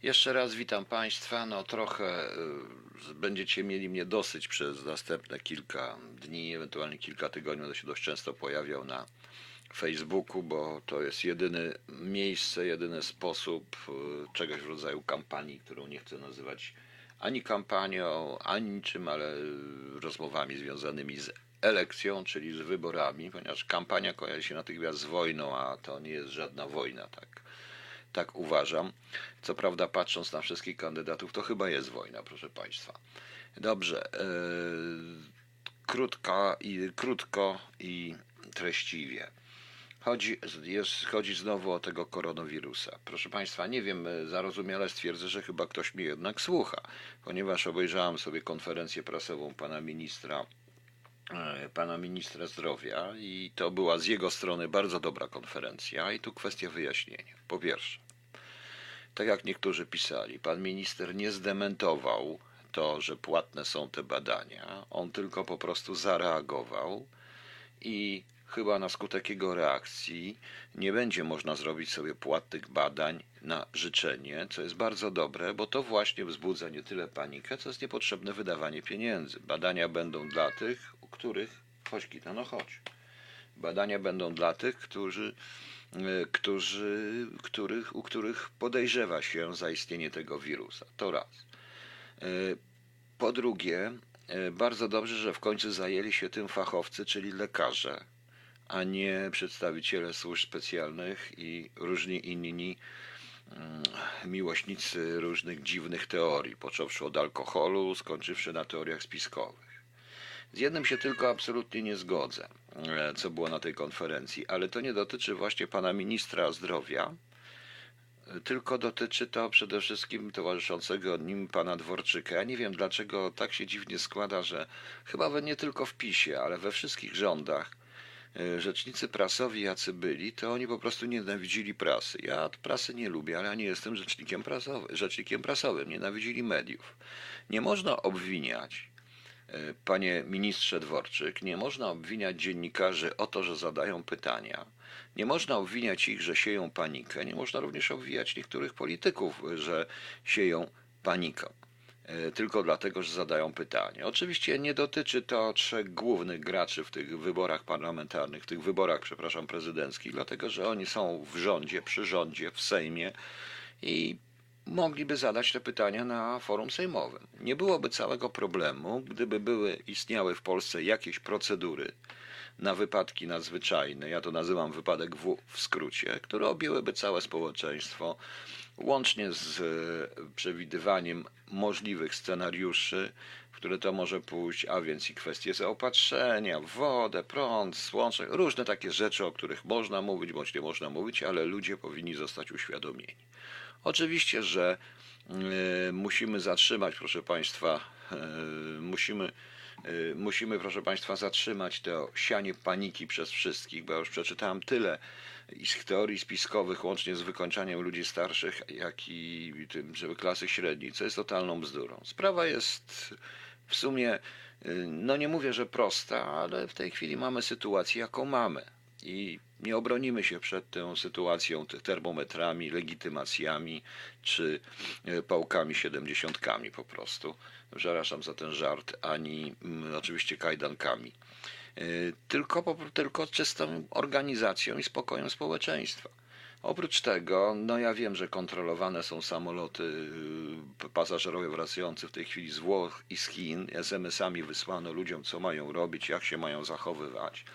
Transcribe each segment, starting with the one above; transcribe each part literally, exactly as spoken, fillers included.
Jeszcze raz witam Państwa. No trochę y, będziecie mieli mnie dosyć przez następne kilka dni, ewentualnie kilka tygodni. Będę się dość często pojawiał na Facebooku, bo to jest jedyne miejsce, jedyny sposób y, czegoś w rodzaju kampanii, którą nie chcę nazywać ani kampanią, ani niczym, ale y, rozmowami związanymi z elekcją, czyli z wyborami, ponieważ kampania kojarzy się natychmiast z wojną, a to nie jest żadna wojna, tak. Tak uważam. Co prawda, patrząc na wszystkich kandydatów, to chyba jest wojna, proszę Państwa. Dobrze. Yy, krótko, i, krótko i treściwie. Chodzi, jest, chodzi znowu o tego koronawirusa. Proszę Państwa, nie wiem, zarozumiale stwierdzę, że chyba ktoś mnie jednak słucha, ponieważ obejrzałem sobie konferencję prasową pana ministra, e, pana ministra zdrowia i to była z jego strony bardzo dobra konferencja i tu kwestia wyjaśnienia. Po pierwsze, tak jak niektórzy pisali, pan minister nie zdementował to, że płatne są te badania. On tylko po prostu zareagował i chyba na skutek jego reakcji nie będzie można zrobić sobie płatnych badań na życzenie, co jest bardzo dobre, bo to właśnie wzbudza nie tyle panikę, co jest niepotrzebne wydawanie pieniędzy. Badania będą dla tych, u których... Chodź, Gita, no chodź. Badania będą dla tych, którzy którzy, których, u których podejrzewa się zaistnienie tego wirusa. To raz. Po drugie, bardzo dobrze, że w końcu zajęli się tym fachowcy, czyli lekarze, a nie przedstawiciele służb specjalnych i różni inni miłośnicy różnych dziwnych teorii, począwszy od alkoholu, skończywszy na teoriach spiskowych. Z jednym się tylko absolutnie nie zgodzę, co było na tej konferencji, ale to nie dotyczy właśnie pana ministra zdrowia, tylko dotyczy to przede wszystkim towarzyszącego nim pana Dworczyka. Ja nie wiem, dlaczego tak się dziwnie składa, że chyba nie tylko w PiSie, ale we wszystkich rządach rzecznicy prasowi, jacy byli, to oni po prostu nienawidzili prasy. Ja prasy nie lubię, ale ja nie jestem rzecznikiem prasowym, rzecznikiem prasowym. Nienawidzili mediów. Nie można obwiniać, panie ministrze Dworczyk, nie można obwiniać dziennikarzy o to, że zadają pytania. Nie można obwiniać ich, że sieją panikę. Nie można również obwiniać niektórych polityków, że sieją panikę. Tylko dlatego, że zadają pytania. Oczywiście nie dotyczy to trzech głównych graczy w tych wyborach parlamentarnych, w tych wyborach, przepraszam, prezydenckich, dlatego, że oni są w rządzie, przy rządzie, w Sejmie i mogliby zadać te pytania na forum sejmowym. Nie byłoby całego problemu, gdyby były, istniały w Polsce jakieś procedury na wypadki nadzwyczajne, ja to nazywam wypadek W w skrócie, które objęłyby całe społeczeństwo, łącznie z przewidywaniem możliwych scenariuszy, w które to może pójść, a więc i kwestie zaopatrzenia, wodę, prąd, słonce, różne takie rzeczy, o których można mówić, bądź nie można mówić, ale ludzie powinni zostać uświadomieni. Oczywiście, że y, musimy zatrzymać, proszę Państwa, y, musimy, y, musimy, proszę Państwa, zatrzymać to sianie paniki przez wszystkich, bo ja już przeczytałem tyle z teorii spiskowych, łącznie z wykończaniem ludzi starszych, jak i tym, żeby klasy średniej, co jest totalną bzdurą. Sprawa jest w sumie, y, no nie mówię, że prosta, ale w tej chwili mamy sytuację, jaką mamy. I nie obronimy się przed tą sytuacją termometrami, legitymacjami czy pałkami siedemdziesiątkami po prostu. Przepraszam za ten żart, ani mm, oczywiście kajdankami. Tylko, tylko czystą organizacją i spokojem społeczeństwa. Oprócz tego, no ja wiem, że kontrolowane są samoloty, pasażerowie wracający w tej chwili z Włoch i z Chin. es em esami wysłano ludziom, co mają robić, jak się mają zachowywać.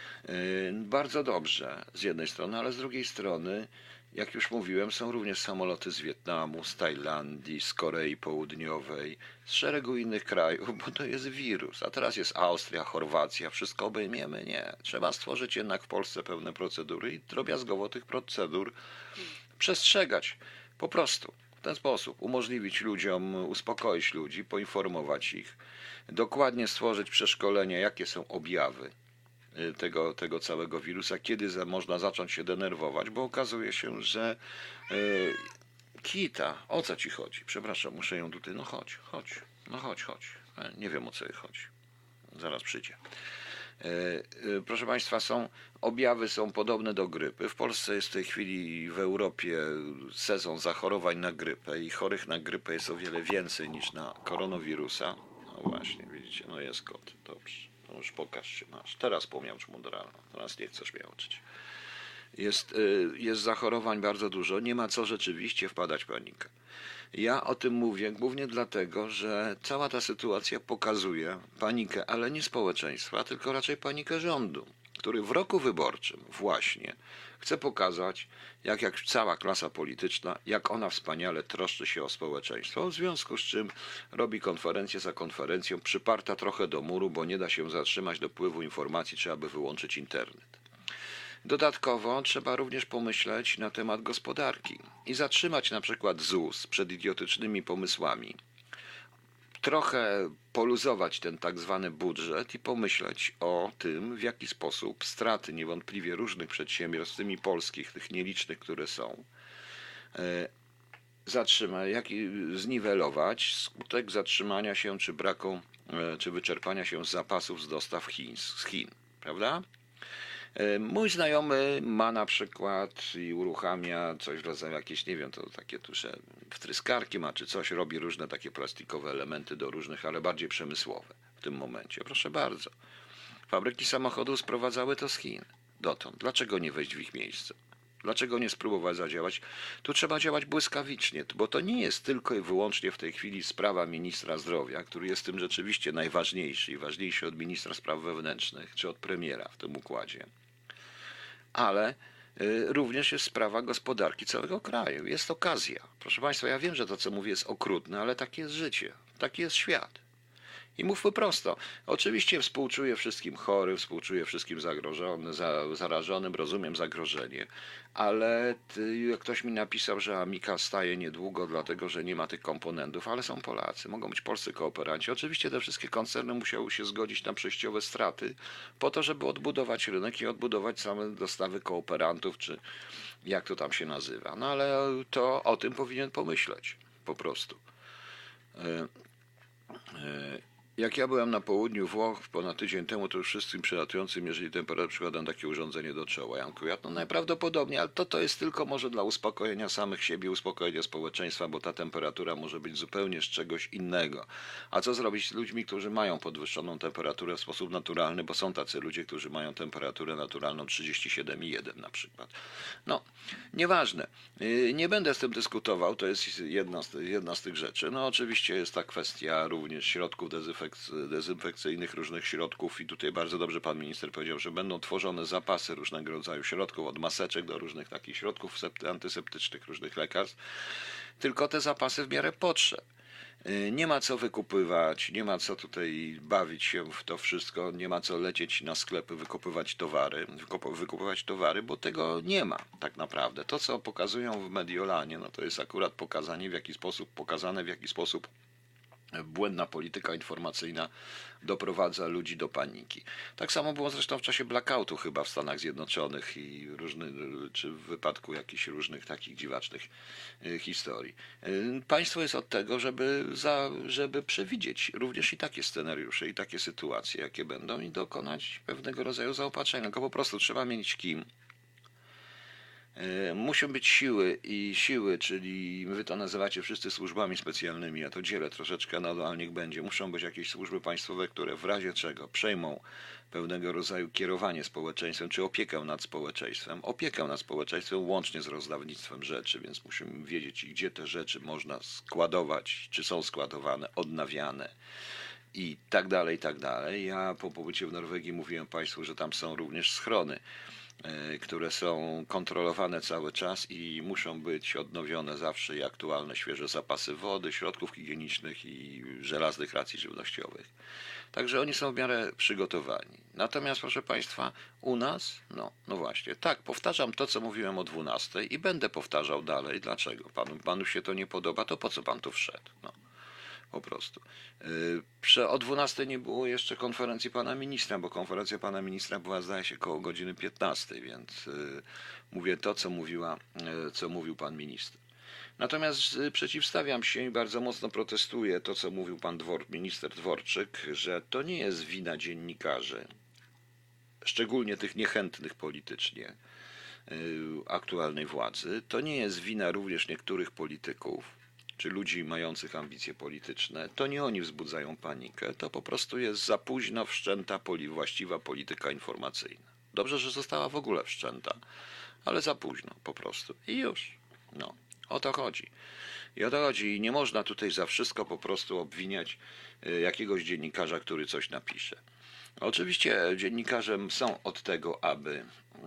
Bardzo dobrze z jednej strony, ale z drugiej strony, jak już mówiłem, są również samoloty z Wietnamu, z Tajlandii, z Korei Południowej, z szeregu innych krajów, bo to jest wirus. A teraz jest Austria, Chorwacja, wszystko obejmiemy? Nie. Trzeba stworzyć jednak w Polsce pewne procedury i drobiazgowo tych procedur przestrzegać. Po prostu. W ten sposób umożliwić ludziom, uspokoić ludzi, poinformować ich, dokładnie stworzyć przeszkolenia, jakie są objawy tego, tego całego wirusa, kiedy za, można zacząć się denerwować, bo okazuje się, że yy, Kita, o co ci chodzi? Przepraszam, muszę ją tutaj, no chodź, chodź, no chodź, chodź. Nie wiem, o co jej chodzi. Zaraz przyjdzie. Proszę Państwa, są objawy są podobne do grypy. W Polsce jest w tej chwili w Europie sezon zachorowań na grypę i chorych na grypę jest o wiele więcej niż na koronawirusa. No właśnie, widzicie, no jest kot, dobrze. No już pokaż się, masz. Teraz pomiałcz munduralną, teraz nie chcesz miałczyć. Jest, jest zachorowań bardzo dużo, nie ma co rzeczywiście wpadać w panikę. Ja o tym mówię głównie dlatego, że cała ta sytuacja pokazuje panikę, ale nie społeczeństwa, tylko raczej panikę rządu, który w roku wyborczym właśnie chce pokazać, jak, jak cała klasa polityczna, jak ona wspaniale troszczy się o społeczeństwo, w związku z czym robi konferencję za konferencją, przyparta trochę do muru, bo nie da się zatrzymać dopływu informacji, trzeba by wyłączyć internet. Dodatkowo trzeba również pomyśleć na temat gospodarki i zatrzymać na przykład Z U S przed idiotycznymi pomysłami. Trochę poluzować ten tak zwany budżet i pomyśleć o tym, w jaki sposób straty niewątpliwie różnych przedsiębiorstw, tymi polskich, tych nielicznych, które są, zatrzymać, jak i zniwelować skutek zatrzymania się czy braku, czy wyczerpania się z zapasów z dostaw Chin, z Chin, prawda? Mój znajomy ma na przykład i uruchamia coś w rodzaju jakieś, nie wiem, to takie tusze wtryskarki ma, czy coś, robi różne takie plastikowe elementy do różnych, ale bardziej przemysłowe w tym momencie. Proszę bardzo. Fabryki samochodów sprowadzały to z Chin dotąd. Dlaczego nie wejść w ich miejsce? Dlaczego nie spróbować zadziałać? Tu trzeba działać błyskawicznie, bo to nie jest tylko i wyłącznie w tej chwili sprawa ministra zdrowia, który jest tym rzeczywiście najważniejszy i ważniejszy od ministra spraw wewnętrznych, czy od premiera w tym układzie. Ale również jest sprawa gospodarki całego kraju. Jest okazja. Proszę Państwa, ja wiem, że to, co mówię, jest okrutne, ale takie jest życie, taki jest świat. I mówmy prosto. Oczywiście współczuję wszystkim chorym, współczuję wszystkim zagrożonym, za, zarażonym, rozumiem zagrożenie, ale ty, jak ktoś mi napisał, że Amica staje niedługo, dlatego że nie ma tych komponentów, ale są Polacy, mogą być polscy kooperanci. Oczywiście te wszystkie koncerny musiały się zgodzić na przejściowe straty po to, żeby odbudować rynek i odbudować same dostawy kooperantów, czy jak to tam się nazywa. No ale to o tym powinien pomyśleć po prostu. Jak ja byłem na południu Włoch ponad tydzień temu, to już wszystkim przylatującym, jeżeli temperaturę, przykładam takie urządzenie do czoła. Ja mówię, no najprawdopodobniej, ale to, to jest tylko może dla uspokojenia samych siebie, uspokojenia społeczeństwa, bo ta temperatura może być zupełnie z czegoś innego. A co zrobić z ludźmi, którzy mają podwyższoną temperaturę w sposób naturalny, bo są tacy ludzie, którzy mają temperaturę naturalną trzydzieści siedem i jeden na przykład. No, nieważne. Nie będę z tym dyskutował, to jest jedna z, jedna z tych rzeczy. No oczywiście jest ta kwestia również środków dezynfekcyjnych, dezynfekcyjnych, różnych środków i tutaj bardzo dobrze pan minister powiedział, że będą tworzone zapasy różnego rodzaju środków, od maseczek do różnych takich środków antyseptycznych, różnych lekarstw, tylko te zapasy w miarę potrzeb. Nie ma co wykupywać, nie ma co tutaj bawić się w to wszystko, nie ma co lecieć na sklepy, wykupywać towary, wykupywać towary, bo tego nie ma tak naprawdę. To, co pokazują w Mediolanie, no to jest akurat pokazanie w jaki sposób, pokazane w jaki sposób błędna polityka informacyjna doprowadza ludzi do paniki. Tak samo było zresztą w czasie blackoutu chyba w Stanach Zjednoczonych i różny, czy w wypadku jakichś różnych takich dziwacznych historii. Państwo jest od tego, żeby, za, żeby przewidzieć również i takie scenariusze, i takie sytuacje, jakie będą i dokonać pewnego rodzaju zaopatrzenia. Tylko po prostu trzeba mieć kim. Muszą być siły i siły, czyli wy to nazywacie wszyscy służbami specjalnymi, ja to dzielę troszeczkę, no ale niech będzie. Muszą być jakieś służby państwowe, które w razie czego przejmą pewnego rodzaju kierowanie społeczeństwem, czy opiekę nad społeczeństwem, opiekę nad społeczeństwem łącznie z rozdawnictwem rzeczy, więc musimy wiedzieć, gdzie te rzeczy można składować, czy są składowane, odnawiane i tak dalej, i tak dalej. Ja po pobycie w Norwegii mówiłem Państwu, że tam są również schrony, które są kontrolowane cały czas i muszą być odnowione zawsze i aktualne, świeże zapasy wody, środków higienicznych i żelaznych racji żywnościowych. Także oni są w miarę przygotowani. Natomiast, proszę Państwa, u nas, no, no właśnie, tak, powtarzam to, co mówiłem o dwunastej i będę powtarzał dalej. Dlaczego? Panu, panu się to nie podoba, to po co pan tu wszedł? No. Po prostu. Prze, o dwunastej nie było jeszcze konferencji pana ministra, bo konferencja pana ministra była, zdaje się, koło godziny piętnastej, więc y, mówię to, co, mówiła, y, co mówił pan minister. Natomiast y, przeciwstawiam się i bardzo mocno protestuję to, co mówił pan Dwor, minister Dworczyk, że to nie jest wina dziennikarzy, szczególnie tych niechętnych politycznie aktualnej władzy, to nie jest wina również niektórych polityków, czy ludzi mających ambicje polityczne, to nie oni wzbudzają panikę, to po prostu jest za późno wszczęta poli, właściwa polityka informacyjna. Dobrze, że została w ogóle wszczęta, ale za późno po prostu. I już. No, o to chodzi. I o to chodzi. I nie można tutaj za wszystko po prostu obwiniać jakiegoś dziennikarza, który coś napisze. Oczywiście dziennikarze są od tego, aby,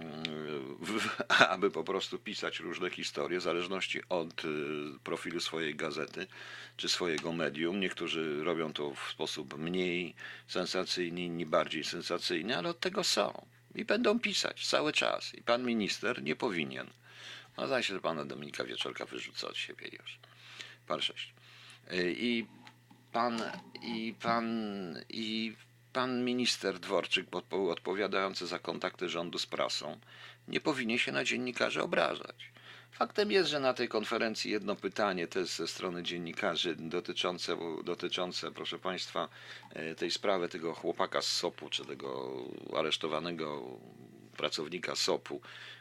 aby po prostu pisać różne historie, w zależności od profilu swojej gazety czy swojego medium. Niektórzy robią to w sposób mniej sensacyjny, inni bardziej sensacyjny, ale od tego są. I będą pisać cały czas. I pan minister nie powinien. No zdaje się, że pana Dominika Wieczorka wyrzuca od siebie już. Par sześć. I pan, i pan, i pan minister Dworczyk, odpowiadający za kontakty rządu z prasą, nie powinien się na dziennikarzy obrażać. Faktem jest, że na tej konferencji jedno pytanie też ze strony dziennikarzy dotyczące, dotyczące, proszę państwa, tej sprawy tego chłopaka z SOP-u, czy tego aresztowanego pracownika SOP-u,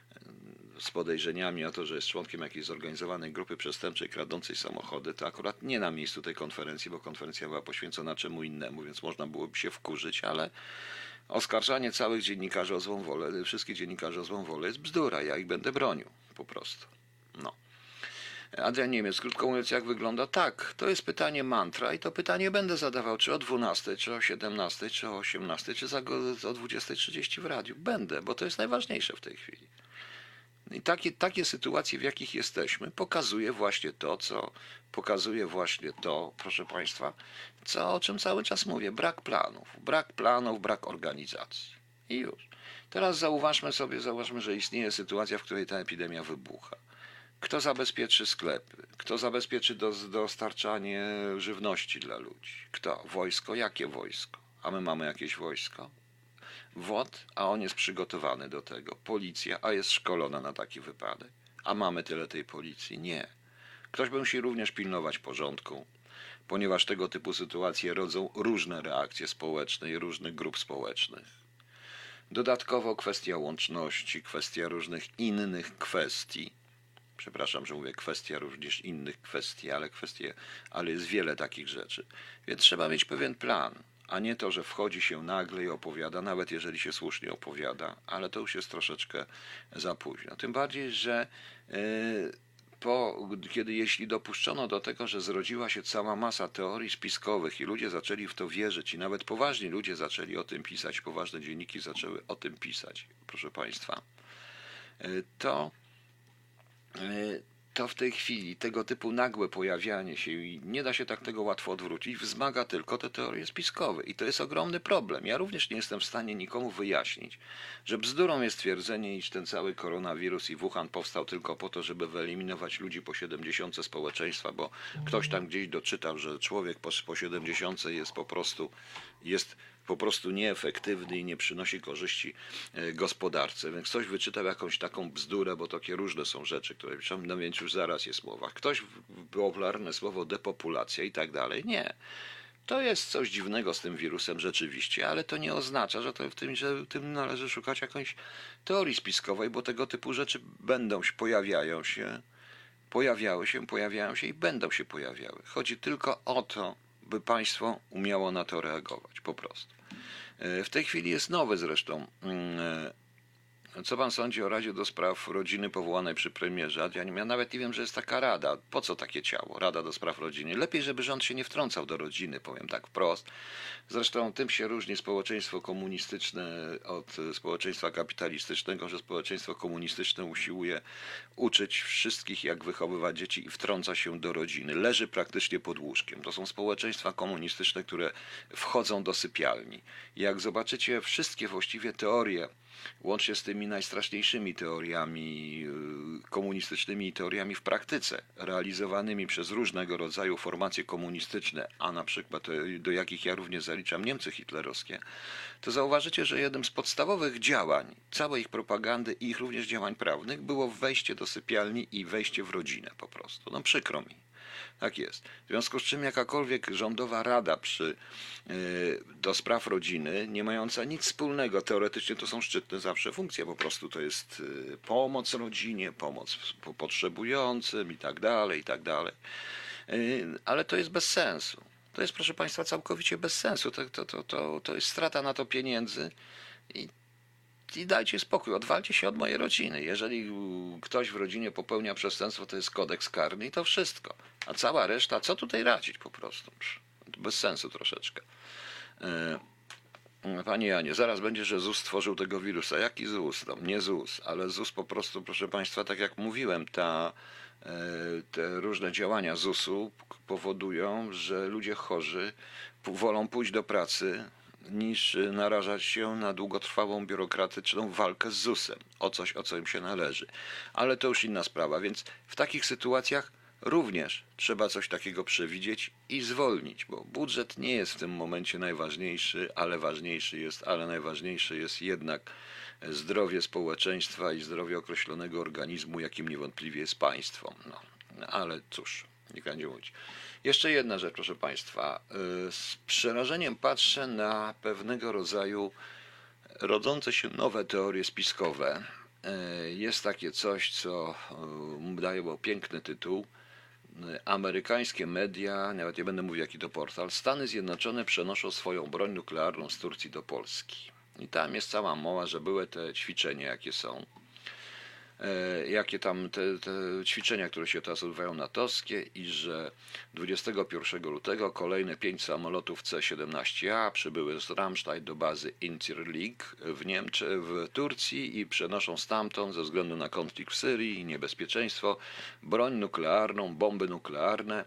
z podejrzeniami o to, że jest członkiem jakiejś zorganizowanej grupy przestępczej kradącej samochody, to akurat nie na miejscu tej konferencji, bo konferencja była poświęcona czemu innemu, więc można byłoby się wkurzyć, ale oskarżanie całych dziennikarzy o złą wolę, wszystkich dziennikarzy o złą wolę jest bzdura, ja ich będę bronił, po prostu. No. Adrian Niemiec, krótko mówiąc, jak wygląda? Tak, to jest pytanie mantra i to pytanie będę zadawał czy o dwunastej, czy o siedemnastej, czy o osiemnastej, czy za, o dwudziestej trzydzieści w radiu. Będę, bo to jest najważniejsze w tej chwili. I takie, takie sytuacje, w jakich jesteśmy, pokazuje właśnie to, co pokazuje właśnie to, proszę państwa, co, o czym cały czas mówię. Brak planów, brak planów, brak organizacji. I już. Teraz zauważmy sobie, zauważmy, że istnieje sytuacja, w której ta epidemia wybucha. Kto zabezpieczy sklepy? Kto zabezpieczy dostarczanie żywności dla ludzi? Kto? Wojsko? Jakie wojsko? A my mamy jakieś wojsko? W O T, a on jest przygotowany do tego. Policja, a jest szkolona na taki wypadek. A mamy tyle tej policji? Nie. Ktoś musi również pilnować porządku, ponieważ tego typu sytuacje rodzą różne reakcje społeczne i różnych grup społecznych. Dodatkowo kwestia łączności, kwestia różnych innych kwestii. Przepraszam, że mówię kwestia również innych kwestii, ale kwestie, ale jest wiele takich rzeczy. Więc trzeba mieć pewien plan. A nie to, że wchodzi się nagle i opowiada, nawet jeżeli się słusznie opowiada, ale to już jest troszeczkę za późno. Tym bardziej, że yy, po, kiedy jeśli dopuszczono do tego, że zrodziła się cała masa teorii spiskowych i ludzie zaczęli w to wierzyć i nawet poważni ludzie zaczęli o tym pisać, poważne dzienniki zaczęły o tym pisać, proszę państwa, yy, to yy, to w tej chwili tego typu nagłe pojawianie się i nie da się tak tego łatwo odwrócić, wzmaga tylko te teorie spiskowe. I to jest ogromny problem. Ja również nie jestem w stanie nikomu wyjaśnić, że bzdurą jest twierdzenie, iż ten cały koronawirus i Wuhan powstał tylko po to, żeby wyeliminować ludzi po siedemdziesiątce społeczeństwa, bo ktoś tam gdzieś doczytał, że człowiek po, po siedemdziesiątce jest po prostu jest po prostu nieefektywny i nie przynosi korzyści gospodarce. Więc ktoś wyczytał jakąś taką bzdurę, bo takie różne są rzeczy, które piszą, no więc już zaraz jest mowa. Ktoś popularne słowo depopulacja i tak dalej. Nie. To jest coś dziwnego z tym wirusem rzeczywiście, ale to nie oznacza, że to w tym, że w tym należy szukać jakiejś teorii spiskowej, bo tego typu rzeczy będą się, pojawiają się, pojawiały się, pojawiają się i będą się pojawiały. Chodzi tylko o to, by państwo umiało na to reagować, po prostu. W tej chwili jest nowy zresztą. Co pan sądzi o Radzie do Spraw Rodziny powołanej przy premierze? Ja, nie, ja nawet nie wiem, że jest taka rada. Po co takie ciało? Rada do Spraw Rodziny. Lepiej, żeby rząd się nie wtrącał do rodziny, powiem tak wprost. Zresztą tym się różni społeczeństwo komunistyczne od społeczeństwa kapitalistycznego, że społeczeństwo komunistyczne usiłuje uczyć wszystkich, jak wychowywać dzieci i wtrąca się do rodziny. Leży praktycznie pod łóżkiem. To są społeczeństwa komunistyczne, które wchodzą do sypialni. Jak zobaczycie wszystkie właściwie teorie, łącznie z tymi najstraszniejszymi teoriami komunistycznymi i teoriami w praktyce, realizowanymi przez różnego rodzaju formacje komunistyczne, a na przykład do jakich ja również zaliczam Niemcy hitlerowskie, to zauważycie, że jednym z podstawowych działań całej ich propagandy i ich również działań prawnych było wejście do sypialni i wejście w rodzinę po prostu. No przykro mi. Tak jest. W związku z czym jakakolwiek rządowa rada przy, yy, do spraw rodziny, nie mająca nic wspólnego, teoretycznie to są szczytne zawsze funkcje, po prostu to jest yy, pomoc rodzinie, pomoc potrzebującym i tak dalej, i tak dalej. Yy, ale to jest bez sensu. To jest, proszę Państwa, całkowicie bez sensu. To, to, to, to, to jest strata na to pieniędzy i i dajcie spokój, odwalcie się od mojej rodziny. Jeżeli ktoś w rodzinie popełnia przestępstwo, to jest kodeks karny i to wszystko. A cała reszta, co tutaj radzić po prostu? Bez sensu troszeczkę. Panie Janie, zaraz będzie, że ZUS stworzył tego wirusa. Jaki ZUS? No, nie ZUS, ale ZUS po prostu, proszę Państwa, tak jak mówiłem, ta, te różne działania zusu powodują, że ludzie chorzy wolą pójść do pracy, niż narażać się na długotrwałą biurokratyczną walkę z zusem o coś, o co im się należy. Ale to już inna sprawa, więc w takich sytuacjach również trzeba coś takiego przewidzieć i zwolnić, bo budżet nie jest w tym momencie najważniejszy, ale ważniejszy jest, ale najważniejsze jest jednak zdrowie społeczeństwa i zdrowie określonego organizmu, jakim niewątpliwie jest państwo. No, ale cóż, nie będzie mówić. Jeszcze jedna rzecz, proszę Państwa. Z przerażeniem patrzę na pewnego rodzaju rodzące się nowe teorie spiskowe. Jest takie coś, co daje piękny tytuł. Amerykańskie media, nawet nie będę mówił jaki to portal, Stany Zjednoczone przenoszą swoją broń nuklearną z Turcji do Polski. I tam jest cała mowa, że były te ćwiczenia, jakie są. Jakie tam te, te ćwiczenia, które się teraz odbywają natowskie i że dwudziestego pierwszego lutego kolejne pięć samolotów C siedemnaście A przybyły z Ramstein do bazy Incirlik w Niemczech, w Turcji i przenoszą stamtąd ze względu na konflikt w Syrii i niebezpieczeństwo broń nuklearną, bomby nuklearne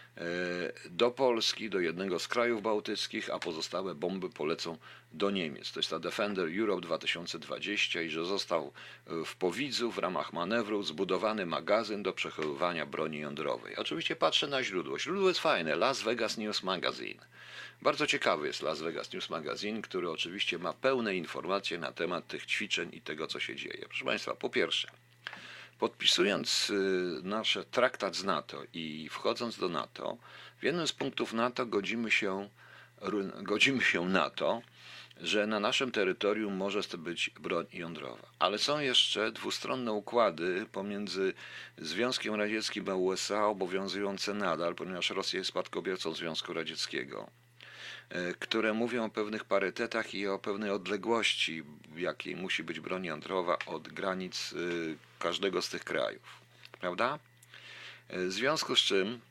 do Polski, do jednego z krajów bałtyckich, a pozostałe bomby polecą do Niemiec. To jest ta Defender Europe dwa tysiące dwadzieścia i że został w Powidzu w ramach manewru zbudowany magazyn do przechowywania broni jądrowej. Oczywiście patrzę na źródło. Źródło jest fajne. Las Vegas News Magazine. Bardzo ciekawy jest Las Vegas News Magazine, który oczywiście ma pełne informacje na temat tych ćwiczeń i tego, co się dzieje. Proszę Państwa, po pierwsze, podpisując nasz traktat z NATO i wchodząc do NATO, w jednym z punktów NATO godzimy się, godzimy się na to, że na naszym terytorium może być broń jądrowa. Ale są jeszcze dwustronne układy pomiędzy Związkiem Radzieckim a U S A obowiązujące nadal, ponieważ Rosja jest spadkobiercą Związku Radzieckiego, które mówią o pewnych parytetach i o pewnej odległości, jakiej musi być broń jądrowa od granic każdego z tych krajów. Prawda? W związku z czym,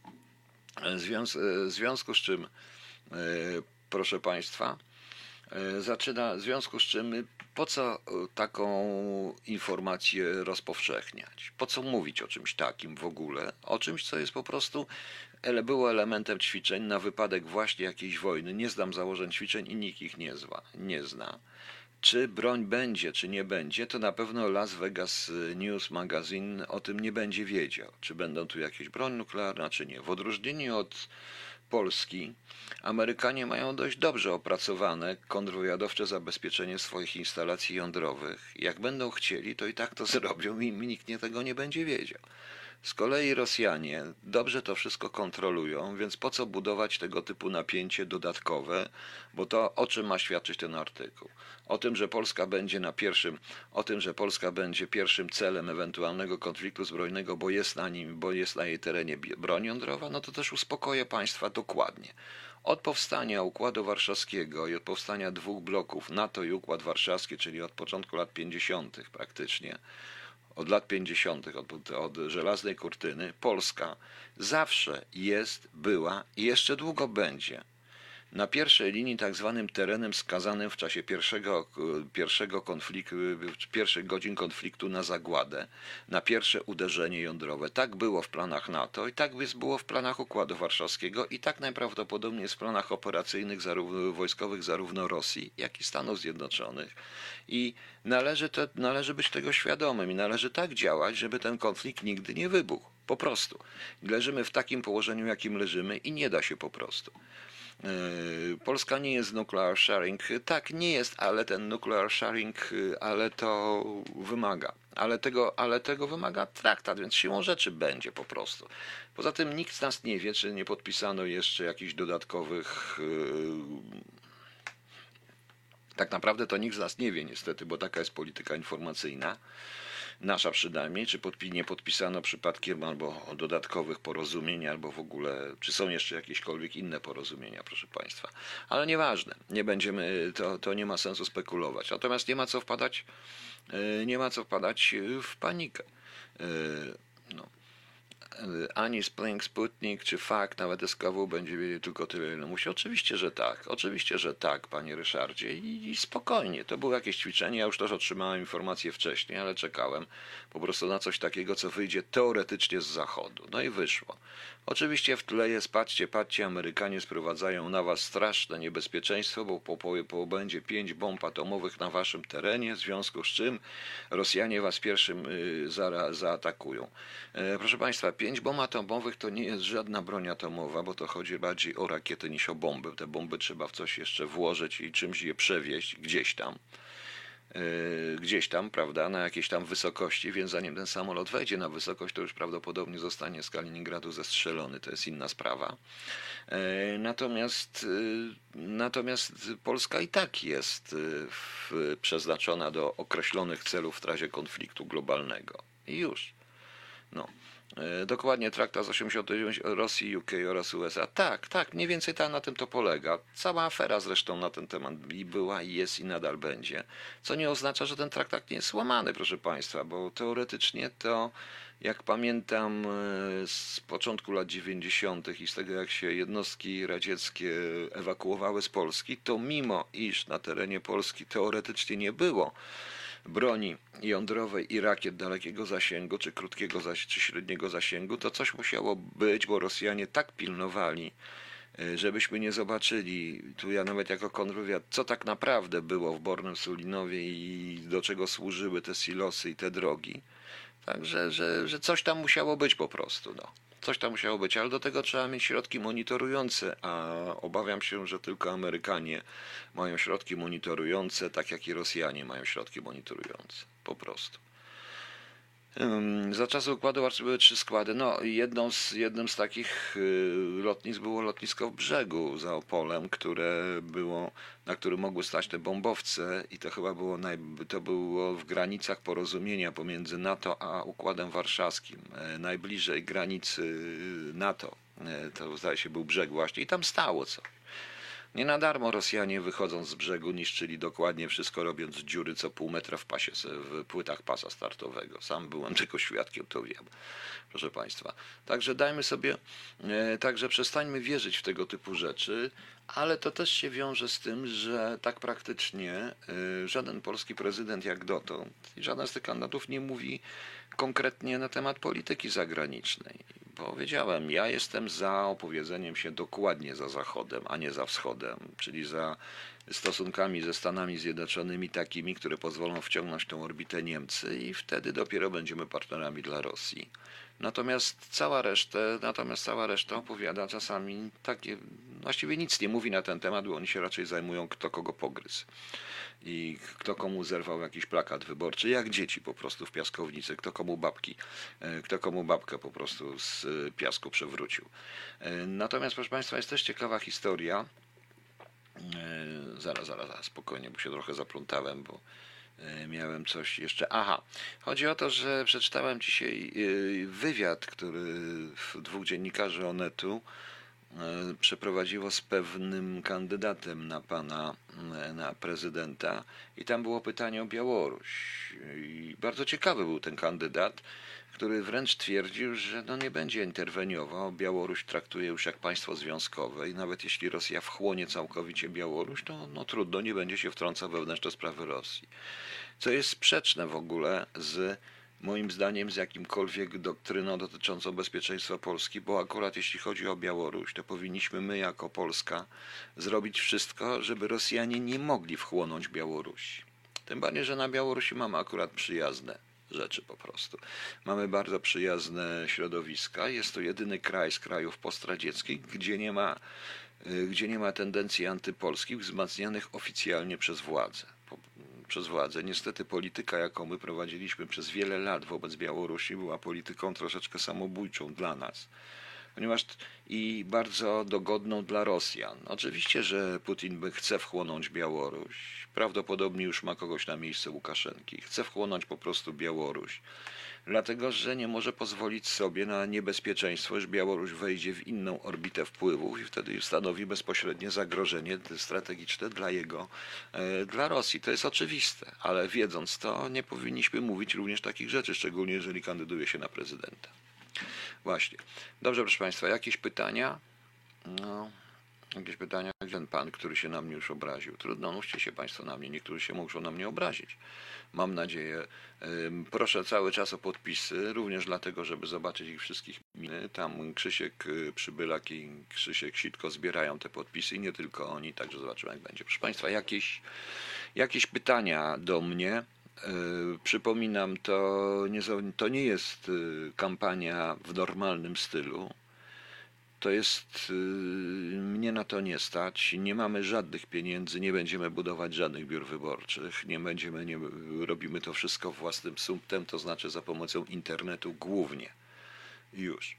w związku z czym, proszę Państwa, zaczyna, w związku z czym, po co taką informację rozpowszechniać? Po co mówić o czymś takim w ogóle? O czymś, co jest po prostu było elementem ćwiczeń na wypadek właśnie jakiejś wojny. Nie znam założeń ćwiczeń i nikt ich nie, zna, nie zna. Czy broń będzie, czy nie będzie, to na pewno Las Vegas News Magazine o tym nie będzie wiedział. Czy będą tu jakieś broń nuklearna, czy nie. W odróżnieniu od Polski, Amerykanie mają dość dobrze opracowane kontrwywiadowcze zabezpieczenie swoich instalacji jądrowych. Jak będą chcieli, to i tak to zrobią i nikt nie tego nie będzie wiedział. Z kolei Rosjanie dobrze to wszystko kontrolują, więc po co budować tego typu napięcie dodatkowe, bo to o czym ma świadczyć ten artykuł? O tym, że Polska będzie na pierwszym, o tym, że Polska będzie pierwszym celem ewentualnego konfliktu zbrojnego, bo jest na nim, bo jest na jej terenie broń jądrowa, no to też uspokoję Państwa dokładnie. Od powstania Układu Warszawskiego i od powstania dwóch bloków NATO i Układ Warszawski, czyli od początku lat pięćdziesiątych praktycznie, od lat pięćdziesiątych, od, od żelaznej kurtyny, Polska zawsze jest, była i jeszcze długo będzie na pierwszej linii tak zwanym terenem skazanym w czasie pierwszego, pierwszego konfliktu, pierwszych godzin konfliktu na zagładę, na pierwsze uderzenie jądrowe. Tak było w planach NATO i tak było w planach Układu Warszawskiego i tak najprawdopodobniej jest w planach operacyjnych zarówno wojskowych zarówno Rosji, jak i Stanów Zjednoczonych. I należy, to, należy być tego świadomym i należy tak działać, żeby ten konflikt nigdy nie wybuchł. Po prostu. Leżymy w takim położeniu, jakim leżymy i nie da się po prostu. Polska nie jest nuclear sharing. Tak, nie jest, ale ten nuclear sharing, ale to wymaga. ale tego, ale tego wymaga traktat, więc siłą rzeczy będzie po prostu. Poza tym nikt z nas nie wie, czy nie podpisano jeszcze jakichś dodatkowych. Yy, tak naprawdę to nikt z nas nie wie niestety, bo taka jest polityka informacyjna. Nasza przynajmniej, czy podpi- nie podpisano przypadkiem albo dodatkowych porozumień, albo w ogóle, czy są jeszcze jakiekolwiek inne porozumienia, proszę Państwa. Ale nieważne, nie będziemy, to, to nie ma sensu spekulować. Natomiast nie ma co wpadać, yy, nie ma co wpadać w panikę. Yy, no. Ani Spring, Sputnik, czy fakt, nawet S K W będzie wiedzieć tylko tyle, ile musi. Oczywiście, że tak. Oczywiście, że tak, panie Ryszardzie. I, I spokojnie. To było jakieś ćwiczenie. Ja już też otrzymałem informację wcześniej, ale czekałem po prostu na coś takiego, co wyjdzie teoretycznie z zachodu. No i wyszło. Oczywiście w tle jest, patrzcie, patrzcie, Amerykanie sprowadzają na was straszne niebezpieczeństwo, bo po, po, po będzie pięć bomb atomowych na waszym terenie, w związku z czym Rosjanie was pierwszym y, za, zaatakują. E, proszę Państwa, pięć bomb atomowych to nie jest żadna broń atomowa, bo to chodzi bardziej o rakiety niż o bomby. Te bomby trzeba w coś jeszcze włożyć i czymś je przewieźć gdzieś tam. Gdzieś tam, prawda, na jakiejś tam wysokości, więc zanim ten samolot wejdzie na wysokość, to już prawdopodobnie zostanie z Kaliningradu zestrzelony, to jest inna sprawa. Natomiast, natomiast Polska i tak jest w, przeznaczona do określonych celów w razie konfliktu globalnego. I już. No. Dokładnie traktat z osiemdziesiątego dziewiątego Rosji, U K oraz U S A. Tak, tak, mniej więcej ta, na tym to polega. Cała afera zresztą na ten temat i była, i jest, i nadal będzie. Co nie oznacza, że ten traktat nie jest łamany, proszę Państwa, bo teoretycznie to, jak pamiętam z początku lat dziewięćdziesiątych i z tego, jak się jednostki radzieckie ewakuowały z Polski, to mimo iż na terenie Polski teoretycznie nie było broni jądrowej i rakiet dalekiego zasięgu, czy krótkiego, czy średniego zasięgu, to coś musiało być, bo Rosjanie tak pilnowali, żebyśmy nie zobaczyli, tu ja nawet jako kontrwywiad, co tak naprawdę było w Bornym Sulinowie i do czego służyły te silosy i te drogi. Także, że, że coś tam musiało być po prostu, no. Coś tam musiało być, ale do tego trzeba mieć środki monitorujące, a obawiam się, że tylko Amerykanie mają środki monitorujące, tak jak i Rosjanie mają środki monitorujące, po prostu. Za czasów układu Warszawskiego były trzy składy. No, jedną z, jednym z takich lotnisk było lotnisko w Brzegu za Opolem, które było, na którym mogły stać te bombowce i to chyba było, naj, to było w granicach porozumienia pomiędzy NATO a Układem Warszawskim, najbliżej granicy NATO. To zdaje się był Brzeg właśnie i tam stało coś. Nie na darmo Rosjanie wychodząc z brzegu niszczyli dokładnie wszystko, robiąc dziury co pół metra w pasie, w płytach pasa startowego. Sam byłem tylko świadkiem, to wiem, proszę Państwa. Także dajmy sobie, także przestańmy wierzyć w tego typu rzeczy, ale to też się wiąże z tym, że tak praktycznie żaden polski prezydent jak dotąd, żaden z tych kandydatów nie mówi konkretnie na temat polityki zagranicznej. Powiedziałem, ja jestem za opowiedzeniem się dokładnie za Zachodem, a nie za Wschodem, czyli za stosunkami ze Stanami Zjednoczonymi takimi, które pozwolą wciągnąć tą orbitę Niemcy i wtedy dopiero będziemy partnerami dla Rosji. Natomiast cała reszta, natomiast cała reszta opowiada czasami takie, właściwie nic nie mówi na ten temat, bo oni się raczej zajmują kto kogo pogryzł. I kto komu zerwał jakiś plakat wyborczy, jak dzieci po prostu w piaskownicy, kto komu babki, kto komu babkę po prostu z piasku przewrócił. Natomiast, proszę Państwa, jest też ciekawa historia. Zaraz, zaraz, zaraz, spokojnie, bo się trochę zaplątałem, bo miałem coś jeszcze. Aha, chodzi o to, że przeczytałem dzisiaj wywiad, który dwóch dziennikarzy Onetu przeprowadziło z pewnym kandydatem na pana, na prezydenta i tam było pytanie o Białoruś. I bardzo ciekawy był ten kandydat, który wręcz twierdził, że no nie będzie interweniował. Białoruś traktuje już jak państwo związkowe i nawet jeśli Rosja wchłonie całkowicie Białoruś, to no trudno, nie będzie się wtrącał we wewnętrzne sprawy Rosji. Co jest sprzeczne w ogóle z moim zdaniem z jakimkolwiek doktryną dotyczącą bezpieczeństwa Polski, bo akurat jeśli chodzi o Białoruś, to powinniśmy my jako Polska zrobić wszystko, żeby Rosjanie nie mogli wchłonąć Białorusi. Tym bardziej, że na Białorusi mamy akurat przyjazne rzeczy po prostu. Mamy bardzo przyjazne środowiska. Jest to jedyny kraj z krajów postradzieckich, gdzie nie ma, gdzie nie ma tendencji antypolskich wzmacnianych oficjalnie przez władzę. przez władzę. Niestety polityka, jaką my prowadziliśmy przez wiele lat wobec Białorusi, była polityką troszeczkę samobójczą dla nas. Ponieważ i bardzo dogodną dla Rosjan. Oczywiście, że Putin by chce wchłonąć Białoruś. Prawdopodobnie już ma kogoś na miejsce Łukaszenki. Chce wchłonąć po prostu Białoruś. Dlatego, że nie może pozwolić sobie na niebezpieczeństwo, że Białoruś wejdzie w inną orbitę wpływów i wtedy stanowi bezpośrednie zagrożenie strategiczne dla jego, dla Rosji. To jest oczywiste, ale wiedząc to, nie powinniśmy mówić również takich rzeczy, szczególnie jeżeli kandyduje się na prezydenta. Właśnie. Dobrze, proszę Państwa, jakieś pytania? No, jakieś pytania? Ten pan, który się na mnie już obraził. Trudno, mówcie się Państwo na mnie. Niektórzy się muszą na mnie obrazić. Mam nadzieję. Proszę cały czas o podpisy, również dlatego, żeby zobaczyć ich wszystkich miny. Tam Krzysiek Przybylak i Krzysiek Sitko zbierają te podpisy i nie tylko oni, także zobaczymy, jak będzie. Proszę Państwa, jakieś, jakieś pytania do mnie? Przypominam, to nie, to nie jest kampania w normalnym stylu. To jest, mnie na to nie stać, nie mamy żadnych pieniędzy, nie będziemy budować żadnych biur wyborczych, nie będziemy, nie, robimy to wszystko własnym sumptem, to znaczy za pomocą internetu głównie. Już.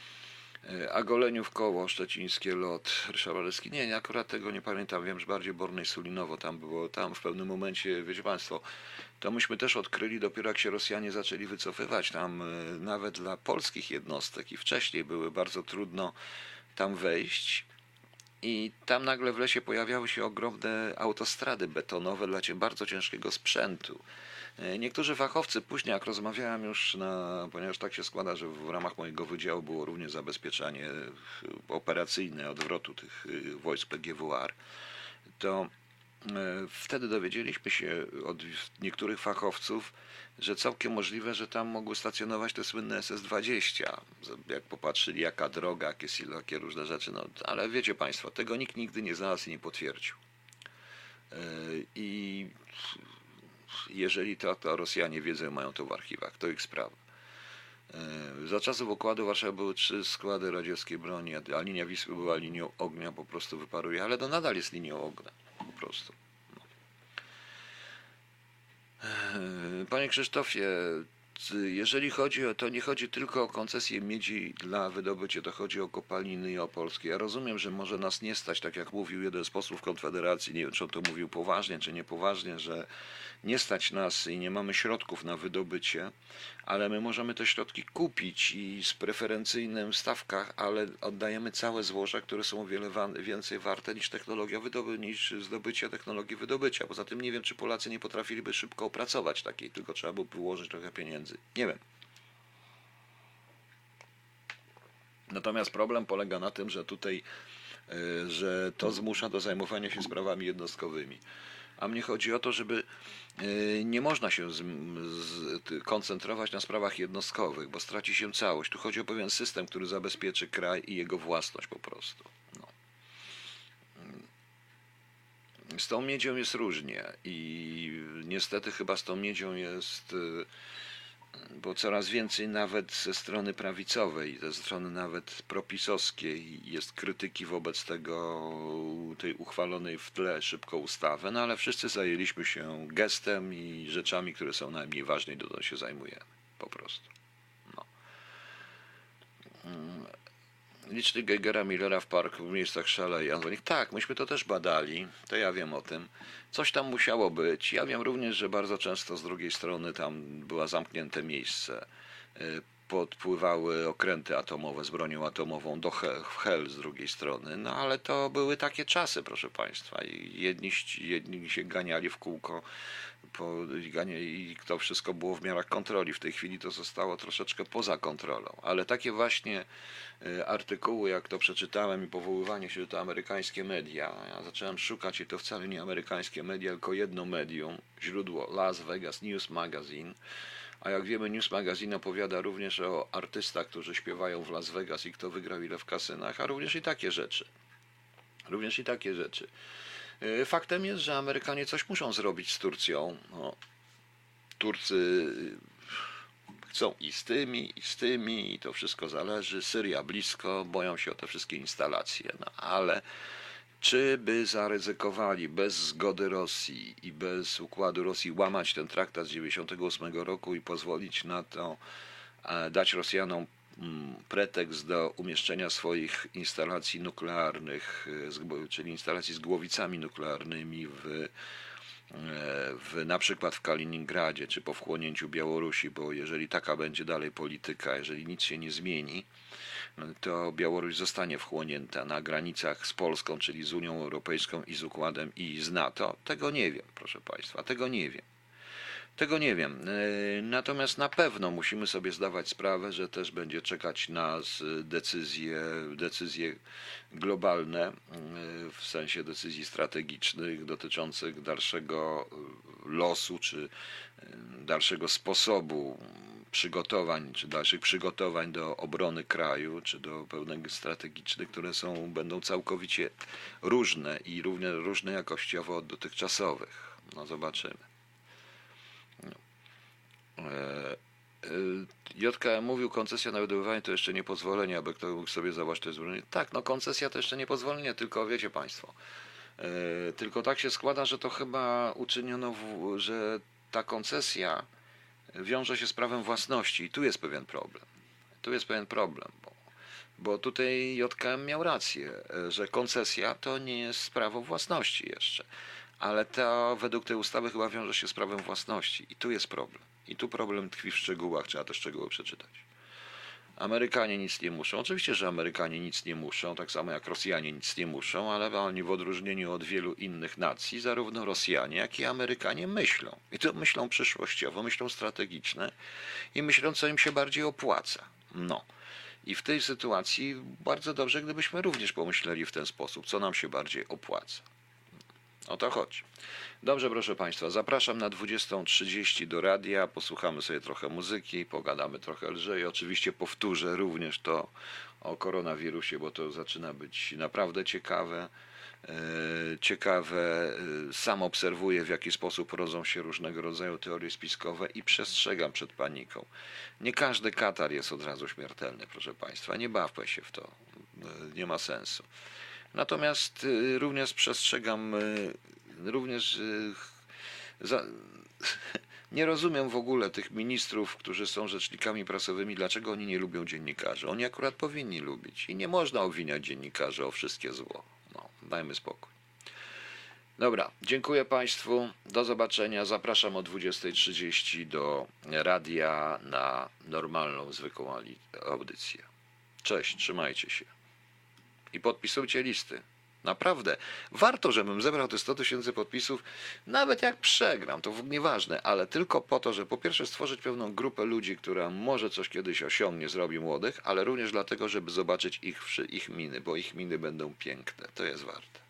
A Goleniów koło, szczecińskie lot, Ryszard nie, nie, akurat tego nie pamiętam, wiem, że bardziej Bornej Sulinowo tam było, tam w pewnym momencie, wiecie Państwo, to myśmy też odkryli dopiero jak się Rosjanie zaczęli wycofywać, tam nawet dla polskich jednostek i wcześniej były bardzo trudno tam wejść i tam nagle w lesie pojawiały się ogromne autostrady betonowe dla bardzo ciężkiego sprzętu. Niektórzy fachowcy później, jak rozmawiałem już, na, ponieważ tak się składa, że w ramach mojego wydziału było również zabezpieczanie operacyjne odwrotu tych wojsk P G W R, to wtedy dowiedzieliśmy się od niektórych fachowców, że całkiem możliwe, że tam mogły stacjonować te słynne S S dwadzieścia. Jak popatrzyli, jaka droga, jakie silo, jakie różne rzeczy. No, ale wiecie Państwo, tego nikt nigdy nie znalazł i nie potwierdził. I jeżeli to, to Rosjanie wiedzą, mają to w archiwach, to ich sprawa. Za czasów układu Warszawy były trzy składy radzieckiej broni, a linia Wisły była linią ognia, po prostu wyparuje, ale to nadal jest linią ognia, po prostu. No. Panie Krzysztofie, jeżeli chodzi o to, nie chodzi tylko o koncesję miedzi dla wydobycia, to chodzi o kopaliny i o Polskie. Ja rozumiem, że może nas nie stać, tak jak mówił jeden z posłów Konfederacji, nie wiem, czy on to mówił poważnie, czy niepoważnie, że nie stać nas i nie mamy środków na wydobycie, ale my możemy te środki kupić i z preferencyjnym stawkach, ale oddajemy całe złoża, które są o wiele więcej warte niż technologia wydoby, niż zdobycie technologii wydobycia. Poza tym nie wiem, czy Polacy nie potrafiliby szybko opracować takiej, tylko trzeba by wyłożyć trochę pieniędzy. Nie wiem. Natomiast problem polega na tym, że tutaj, że to zmusza do zajmowania się sprawami jednostkowymi. A mnie chodzi o to, żeby nie można się z, z, koncentrować na sprawach jednostkowych, bo straci się całość. Tu chodzi o pewien system, który zabezpieczy kraj i jego własność po prostu. No. Z tą miedzią jest różnie i niestety chyba z tą miedzią jest, bo coraz więcej nawet ze strony prawicowej, ze strony nawet propisowskiej jest krytyki wobec tego, tej uchwalonej w tle szybko ustawy, no ale wszyscy zajęliśmy się gestem i rzeczami, które są najmniej ważne i do tego się zajmujemy, po prostu. No. Licznik Geigera Millera w parku w miejscach szaleje. Tak, myśmy to też badali, to ja wiem o tym. Coś tam musiało być. Ja wiem również, że bardzo często z drugiej strony tam było zamknięte miejsce. Podpływały okręty atomowe z bronią atomową do Hel, w Hel z drugiej strony. No ale to były takie czasy, proszę Państwa. I jedni, jedni się ganiali w kółko po, i to wszystko było w miarach kontroli. W tej chwili to zostało troszeczkę poza kontrolą. Ale takie właśnie artykuły, jak to przeczytałem i powoływanie się do amerykańskie media. Ja zacząłem szukać i to wcale nie amerykańskie media, tylko jedno medium, źródło Las Vegas News Magazine. A jak wiemy, News Magazine opowiada również o artystach, którzy śpiewają w Las Vegas i kto wygrał ile w kasynach, a również i takie rzeczy. Również i takie rzeczy. Faktem jest, że Amerykanie coś muszą zrobić z Turcją. No, Turcy chcą i z tymi, i z tymi, i to wszystko zależy. Syria blisko, boją się o te wszystkie instalacje, no ale Czy by zaryzykowali bez zgody Rosji i bez układu Rosji łamać ten traktat z dziewięćdziesiątego ósmego roku i pozwolić na to, dać Rosjanom pretekst do umieszczenia swoich instalacji nuklearnych, czyli instalacji z głowicami nuklearnymi w, w, na przykład w Kaliningradzie, czy po wchłonięciu Białorusi, bo jeżeli taka będzie dalej polityka, jeżeli nic się nie zmieni, to Białoruś zostanie wchłonięta na granicach z Polską, czyli z Unią Europejską i z Układem i z NATO. Tego nie wiem, proszę Państwa, tego nie wiem. Tego nie wiem. Natomiast na pewno musimy sobie zdawać sprawę, że też będzie czekać nas decyzje, decyzje globalne, w sensie decyzji strategicznych dotyczących dalszego losu czy dalszego sposobu przygotowań, czy dalszych przygotowań do obrony kraju, czy do pełnych strategicznych, które są, będą całkowicie różne i równie różne jakościowo od dotychczasowych. No zobaczymy. J K M mówił, koncesja na wydobywanie to jeszcze nie pozwolenie, aby ktoś mógł sobie zobaczyć to jest. Tak, no koncesja to jeszcze nie pozwolenie, tylko wiecie Państwo, tylko tak się składa, że to chyba uczyniono, w, że ta koncesja wiąże się z prawem własności i tu jest pewien problem. Tu jest pewien problem, bo, bo tutaj J K M miał rację, że koncesja to nie jest prawo własności jeszcze. Ale to według tej ustawy chyba wiąże się z prawem własności. I tu jest problem. I tu problem tkwi w szczegółach. Trzeba te szczegóły przeczytać. Amerykanie nic nie muszą. Oczywiście, że Amerykanie nic nie muszą, tak samo jak Rosjanie nic nie muszą, ale oni w odróżnieniu od wielu innych nacji, zarówno Rosjanie, jak i Amerykanie myślą. I to myślą przyszłościowo, myślą strategiczne i myślą, co im się bardziej opłaca. No. I w tej sytuacji bardzo dobrze, gdybyśmy również pomyśleli w ten sposób, co nam się bardziej opłaca. O to chodzi. Dobrze, proszę Państwa, zapraszam na dwudziestą trzydzieści do radia, posłuchamy sobie trochę muzyki, pogadamy trochę lżej. Oczywiście powtórzę również to o koronawirusie, bo to zaczyna być naprawdę ciekawe. Ciekawe, sam obserwuję, w jaki sposób rodzą się różnego rodzaju teorie spiskowe i przestrzegam przed paniką. Nie każdy katar jest od razu śmiertelny, proszę Państwa, nie bawmy się w to, nie ma sensu. Natomiast również przestrzegam, również za, nie rozumiem w ogóle tych ministrów, którzy są rzecznikami prasowymi, dlaczego oni nie lubią dziennikarzy. Oni akurat powinni lubić i nie można obwiniać dziennikarzy o wszystkie zło. No, dajmy spokój. Dobra, dziękuję Państwu, do zobaczenia, zapraszam o dwudziestej trzydzieści do radia na normalną, zwykłą audycję. Cześć, trzymajcie się. I podpisujcie listy. Naprawdę. Warto, żebym zebrał te sto tysięcy podpisów, nawet jak przegram, to nieważne, ale tylko po to, żeby po pierwsze stworzyć pewną grupę ludzi, która może coś kiedyś osiągnie, zrobi młodych, ale również dlatego, żeby zobaczyć ich, ich miny, bo ich miny będą piękne. To jest warte.